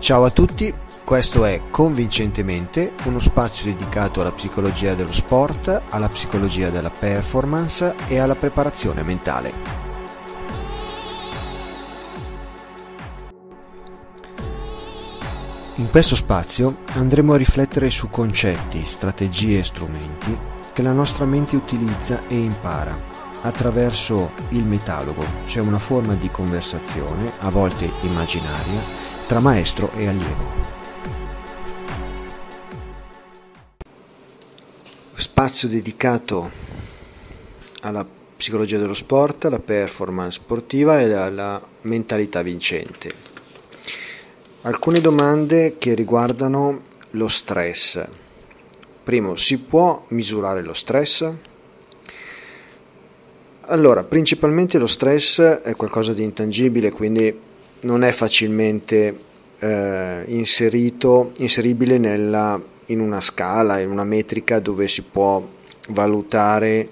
Ciao a tutti, questo è Convincentemente, uno spazio dedicato alla psicologia dello sport, alla psicologia della performance e alla preparazione mentale. In questo spazio andremo a riflettere su concetti, strategie e strumenti che la nostra mente utilizza e impara. Attraverso il metalogo, cioè una forma di conversazione, a volte immaginaria, tra maestro e allievo. Spazio dedicato alla psicologia dello sport, alla performance sportiva e alla mentalità vincente. Alcune domande che riguardano lo stress. Primo, si può misurare lo stress? Allora, principalmente lo stress è qualcosa di intangibile, quindi non è facilmente inseribile in una scala, in una metrica dove si può valutare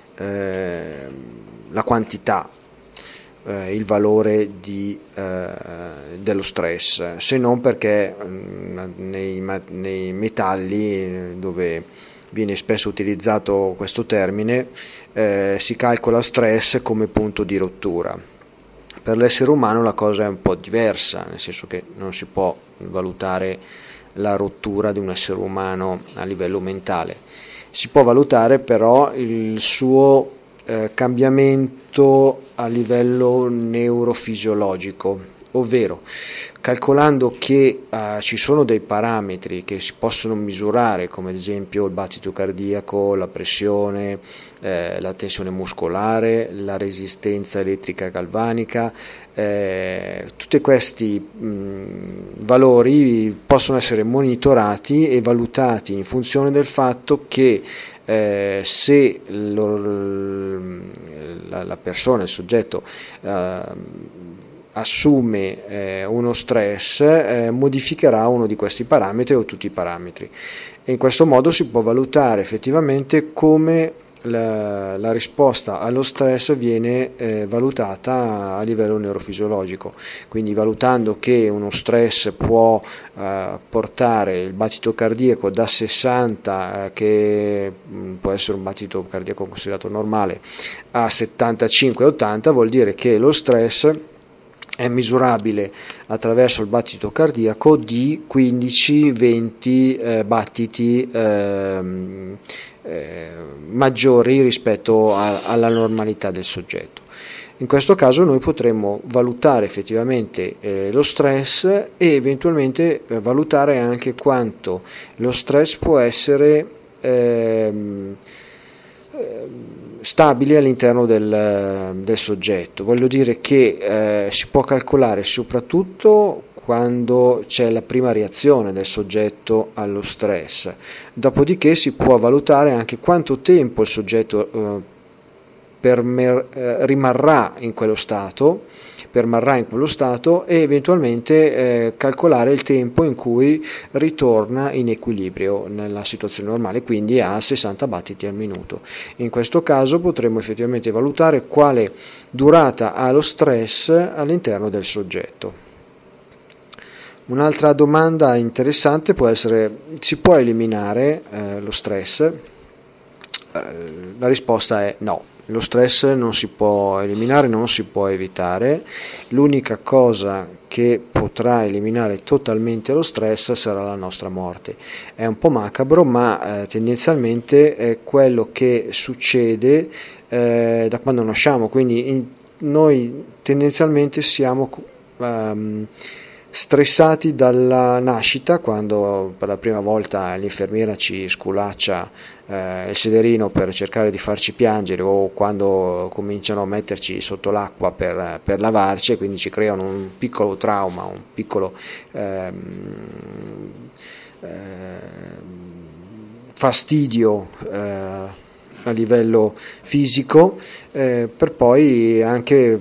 la quantità, il valore dello stress, se non perché nei metalli dove viene spesso utilizzato questo termine, si calcola stress come punto di rottura. Per l'essere umano la cosa è un po' diversa, nel senso che non si può valutare la rottura di un essere umano a livello mentale. Si può valutare però il suo cambiamento a livello neurofisiologico, ovvero calcolando che ci sono dei parametri che si possono misurare, come ad esempio il battito cardiaco, la pressione, la tensione muscolare, la resistenza elettrica galvanica, tutti questi valori possono essere monitorati e valutati in funzione del fatto che se la persona, il soggetto assume uno stress, modificherà uno di questi parametri o tutti i parametri, e in questo modo si può valutare effettivamente come la risposta allo stress viene valutata a livello neurofisiologico. Quindi valutando che uno stress può portare il battito cardiaco da 60, che può essere un battito cardiaco considerato normale, a 75-80, vuol dire che lo stress è misurabile attraverso il battito cardiaco di 15-20 battiti maggiori rispetto alla normalità del soggetto. In questo caso noi potremmo valutare effettivamente lo stress e eventualmente valutare anche quanto lo stress può essere stabili all'interno del soggetto. Voglio dire che si può calcolare soprattutto quando c'è la prima reazione del soggetto allo stress, dopodiché si può valutare anche quanto tempo il soggetto permarrà in quello stato e eventualmente calcolare il tempo in cui ritorna in equilibrio nella situazione normale, quindi a 60 battiti al minuto. In questo caso potremo effettivamente valutare quale durata ha lo stress all'interno del soggetto. Un'altra domanda interessante può essere: si può eliminare lo stress? La risposta è no. Lo stress non si può eliminare, non si può evitare. L'unica cosa che potrà eliminare totalmente lo stress sarà la nostra morte. È un po' macabro, ma tendenzialmente è quello che succede da quando nasciamo. Quindi noi tendenzialmente siamo stressati dalla nascita, quando per la prima volta l'infermiera ci sculaccia il sederino per cercare di farci piangere, o quando cominciano a metterci sotto l'acqua per lavarci, e quindi ci creano un piccolo trauma, un piccolo fastidio a livello fisico, per poi anche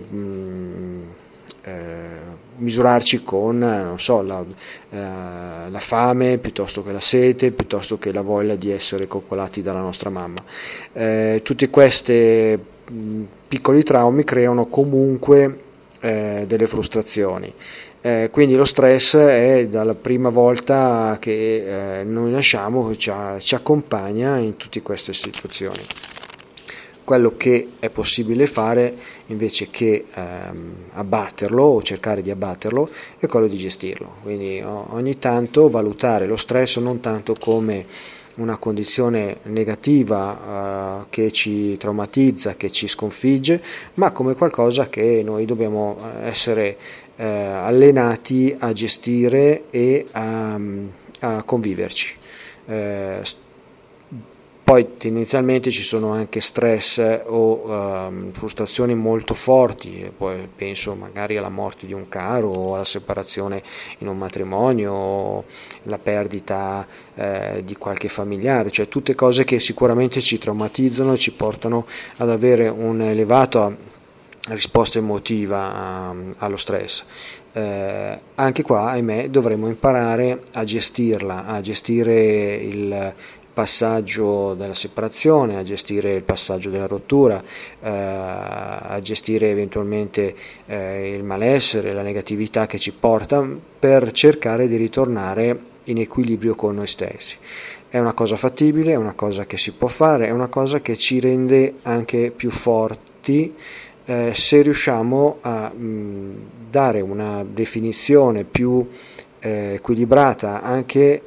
misurarci con, non so, la fame, piuttosto che la sete, piuttosto che la voglia di essere coccolati dalla nostra mamma. Tutti questi piccoli traumi creano comunque delle frustrazioni. Quindi lo stress è dalla prima volta che noi nasciamo, ci accompagna in tutte queste situazioni. Quello che è possibile fare invece che abbatterlo o cercare di abbatterlo è quello di gestirlo. Quindi ogni tanto valutare lo stress non tanto come una condizione negativa che ci traumatizza, che ci sconfigge, ma come qualcosa che noi dobbiamo essere allenati a gestire e a conviverci. Poi tendenzialmente ci sono anche stress o frustrazioni molto forti, poi penso magari alla morte di un caro o alla separazione in un matrimonio o la perdita di qualche familiare, cioè tutte cose che sicuramente ci traumatizzano e ci portano ad avere un'elevata risposta emotiva allo stress. Anche qua, ahimè, dovremo imparare a gestirla, a gestire il passaggio della separazione, a gestire il passaggio della rottura, a gestire eventualmente il malessere, la negatività che ci porta, per cercare di ritornare in equilibrio con noi stessi. È una cosa fattibile, è una cosa che si può fare, è una cosa che ci rende anche più forti se riusciamo a dare una definizione più equilibrata anche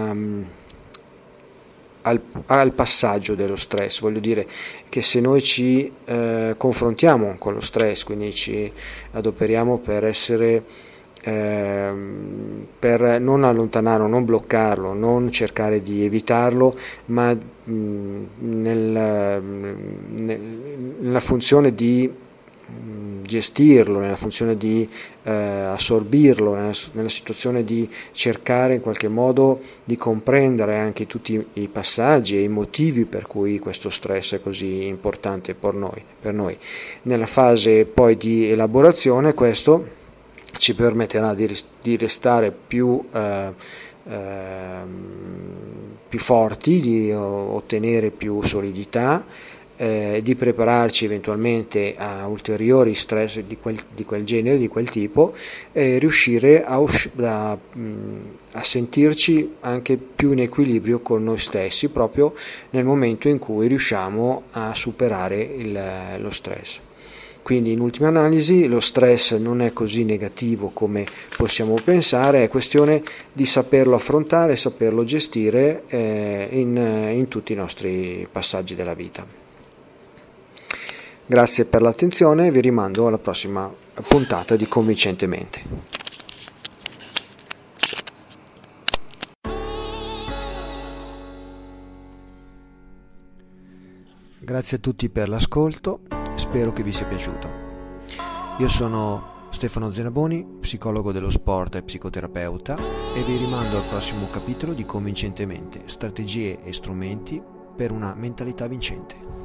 al passaggio dello stress. Voglio dire che se noi ci confrontiamo con lo stress, quindi ci adoperiamo per essere per non allontanarlo, non bloccarlo, non cercare di evitarlo, ma nella funzione di gestirlo, nella funzione di assorbirlo, nella situazione di cercare in qualche modo di comprendere anche tutti i passaggi e i motivi per cui questo stress è così importante per noi. Nella fase poi di elaborazione questo ci permetterà di restare più forti, di ottenere più solidità, di prepararci eventualmente a ulteriori stress di quel genere, di quel tipo, e riuscire a sentirci anche più in equilibrio con noi stessi proprio nel momento in cui riusciamo a superare lo stress. Quindi in ultima analisi lo stress non è così negativo come possiamo pensare, è questione di saperlo affrontare, saperlo gestire in tutti i nostri passaggi della vita. Grazie per l'attenzione e vi rimando alla prossima puntata di Convincentemente. Grazie a tutti per l'ascolto, spero che vi sia piaciuto. Io sono Stefano Zenaboni, psicologo dello sport e psicoterapeuta, e vi rimando al prossimo capitolo di Convincentemente, strategie e strumenti per una mentalità vincente.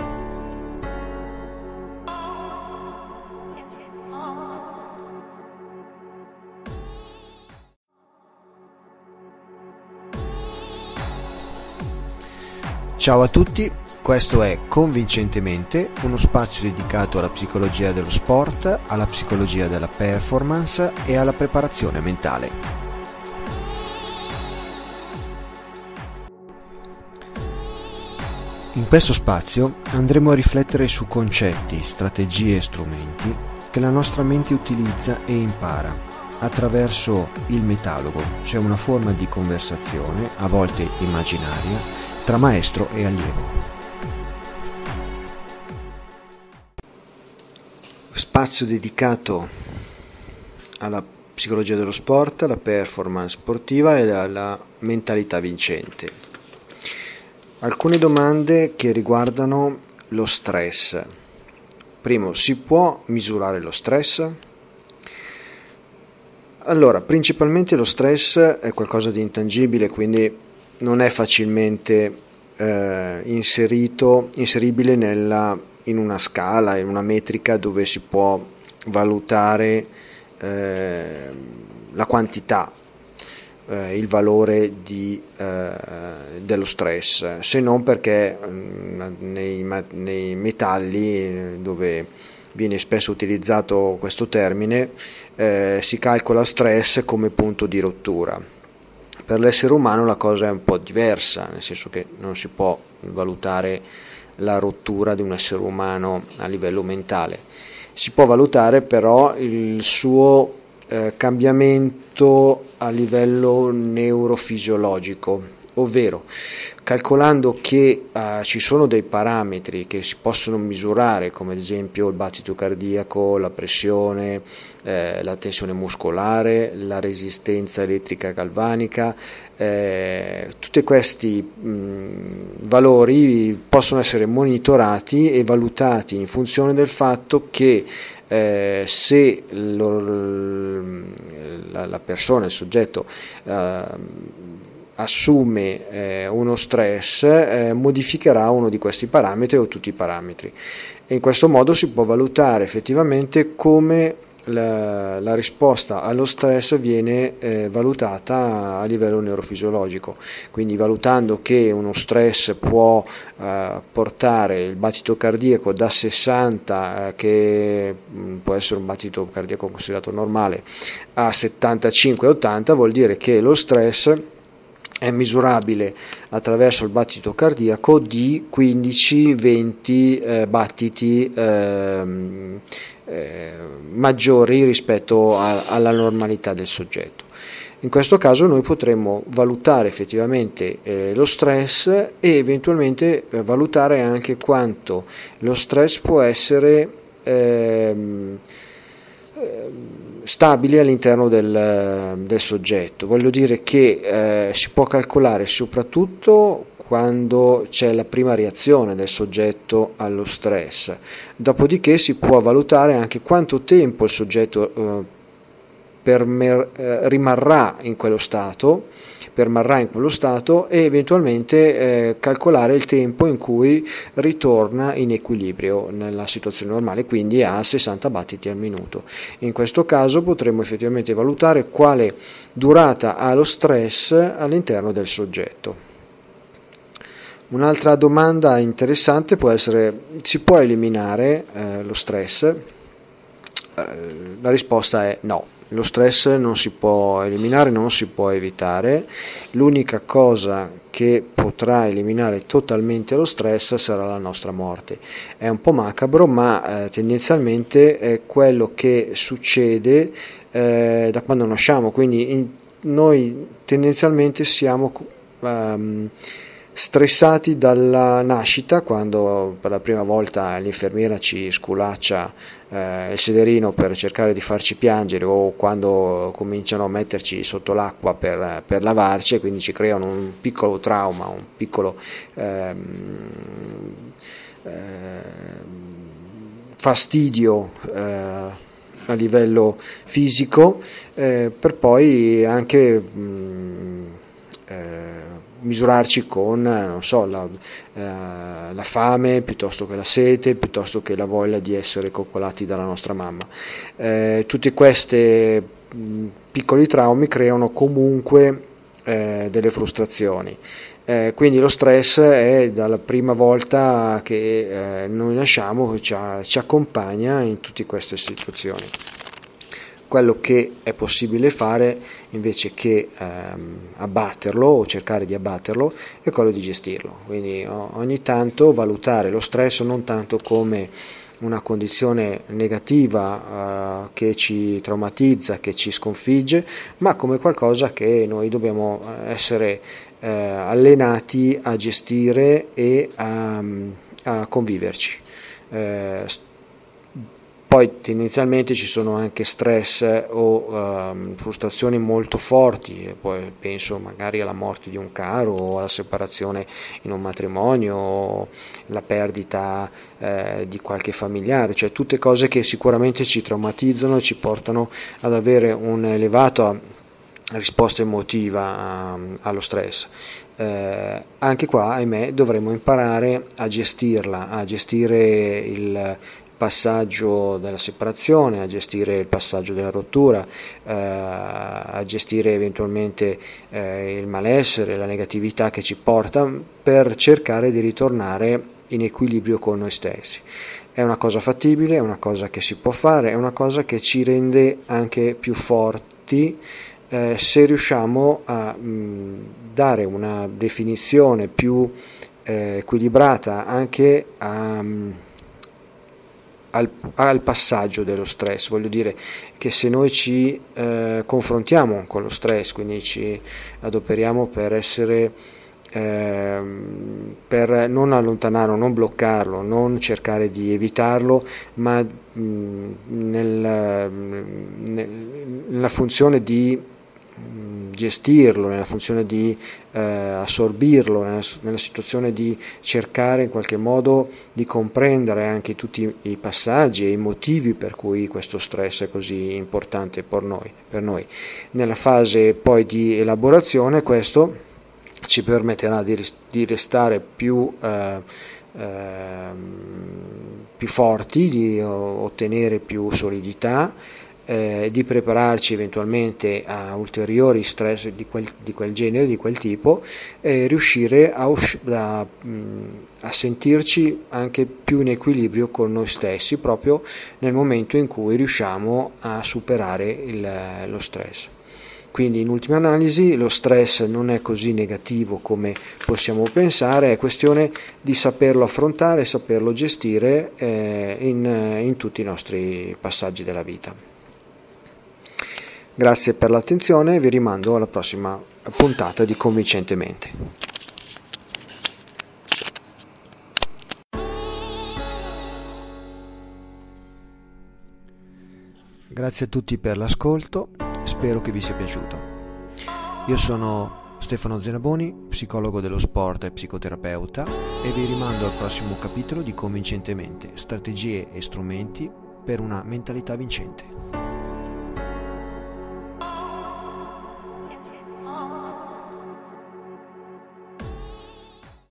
Ciao a tutti, questo è Convincentemente, uno spazio dedicato alla psicologia dello sport, alla psicologia della performance e alla preparazione mentale. In questo spazio andremo a riflettere su concetti, strategie e strumenti che la nostra mente utilizza e impara attraverso il metalogo, cioè una forma di conversazione, a volte immaginaria, tra maestro e allievo. Spazio dedicato alla psicologia dello sport, alla performance sportiva e alla mentalità vincente. Alcune domande che riguardano lo stress. Primo, si può misurare lo stress? Allora, principalmente lo stress è qualcosa di intangibile, quindi non è facilmente inseribile in una scala, in una metrica dove si può valutare la quantità, il valore dello stress, se non perché nei metalli dove viene spesso utilizzato questo termine, si calcola stress come punto di rottura. Per l'essere umano la cosa è un po' diversa, nel senso che non si può valutare la rottura di un essere umano a livello mentale, si può valutare però il suo cambiamento a livello neurofisiologico, ovvero calcolando che ci sono dei parametri che si possono misurare, come ad esempio il battito cardiaco, la pressione, la tensione muscolare, la resistenza elettrica galvanica, tutti questi valori possono essere monitorati e valutati in funzione del fatto che se la persona, il soggetto assume uno stress, modificherà uno di questi parametri o tutti i parametri, e in questo modo si può valutare effettivamente come la risposta allo stress viene valutata a livello neurofisiologico, quindi valutando che uno stress può portare il battito cardiaco da 60, che può essere un battito cardiaco considerato normale, a 75-80, vuol dire che lo stress è misurabile attraverso il battito cardiaco di 15-20 battiti maggiori rispetto alla normalità del soggetto. In questo caso noi potremmo valutare effettivamente lo stress e eventualmente valutare anche quanto lo stress può essere stabili all'interno del soggetto. Voglio dire che si può calcolare soprattutto quando c'è la prima reazione del soggetto allo stress, dopodiché si può valutare anche quanto tempo il soggetto permarrà in quello stato e eventualmente calcolare il tempo in cui ritorna in equilibrio nella situazione normale, quindi a 60 battiti al minuto. In questo caso potremo effettivamente valutare quale durata ha lo stress all'interno del soggetto. Un'altra domanda interessante può essere: si può eliminare lo stress? La risposta è no. Lo stress non si può eliminare, non si può evitare. L'unica cosa che potrà eliminare totalmente lo stress sarà la nostra morte. È un po' macabro, ma tendenzialmente è quello che succede da quando nasciamo, quindi noi tendenzialmente siamo stressati dalla nascita, quando per la prima volta l'infermiera ci sculaccia il sederino per cercare di farci piangere, o quando cominciano a metterci sotto l'acqua per lavarci, e quindi ci creano un piccolo trauma, un piccolo fastidio a livello fisico, per poi anche misurarci con, non so, la fame, piuttosto che la sete, piuttosto che la voglia di essere coccolati dalla nostra mamma. Tutti questi piccoli traumi creano comunque delle frustrazioni. Quindi lo stress è dalla prima volta che noi nasciamo, ci accompagna in tutte queste situazioni. Quello che è possibile fare, invece che abbatterlo o cercare di abbatterlo, è quello di gestirlo. Quindi ogni tanto valutare lo stress non tanto come una condizione negativa che ci traumatizza, che ci sconfigge, ma come qualcosa che noi dobbiamo essere allenati a gestire e a conviverci. Poi tendenzialmente ci sono anche stress o frustrazioni molto forti, poi penso magari alla morte di un caro, o alla separazione in un matrimonio, o la perdita di qualche familiare, cioè tutte cose che sicuramente ci traumatizzano e ci portano ad avere un'elevata risposta emotiva allo stress. Anche qua, ahimè, dovremo imparare a gestirla, a gestire il passaggio della separazione, a gestire il passaggio della rottura, a gestire eventualmente il malessere, la negatività che ci porta, per cercare di ritornare in equilibrio con noi stessi. È una cosa fattibile, è una cosa che si può fare, è una cosa che ci rende anche più forti se riusciamo a dare una definizione più equilibrata anche al passaggio dello stress. Voglio dire che se noi ci confrontiamo con lo stress, quindi ci adoperiamo per essere per non allontanarlo, non bloccarlo, non cercare di evitarlo, ma nella funzione di gestirlo, nella funzione di assorbirlo, nella situazione di cercare in qualche modo di comprendere anche tutti i passaggi e i motivi per cui questo stress è così importante per noi. Nella fase poi di elaborazione questo ci permetterà di restare più forti, di ottenere più solidità, di prepararci eventualmente a ulteriori stress di quel genere, di quel tipo, e riuscire a sentirci anche più in equilibrio con noi stessi proprio nel momento in cui riusciamo a superare lo stress. Quindi in ultima analisi lo stress non è così negativo come possiamo pensare, è questione di saperlo affrontare, saperlo gestire in tutti i nostri passaggi della vita. Grazie per l'attenzione, vi rimando alla prossima puntata di Convincentemente. Grazie a tutti per l'ascolto, spero che vi sia piaciuto. Io sono Stefano Zenaboni, psicologo dello sport e psicoterapeuta, e vi rimando al prossimo capitolo di Convincentemente, strategie e strumenti per una mentalità vincente.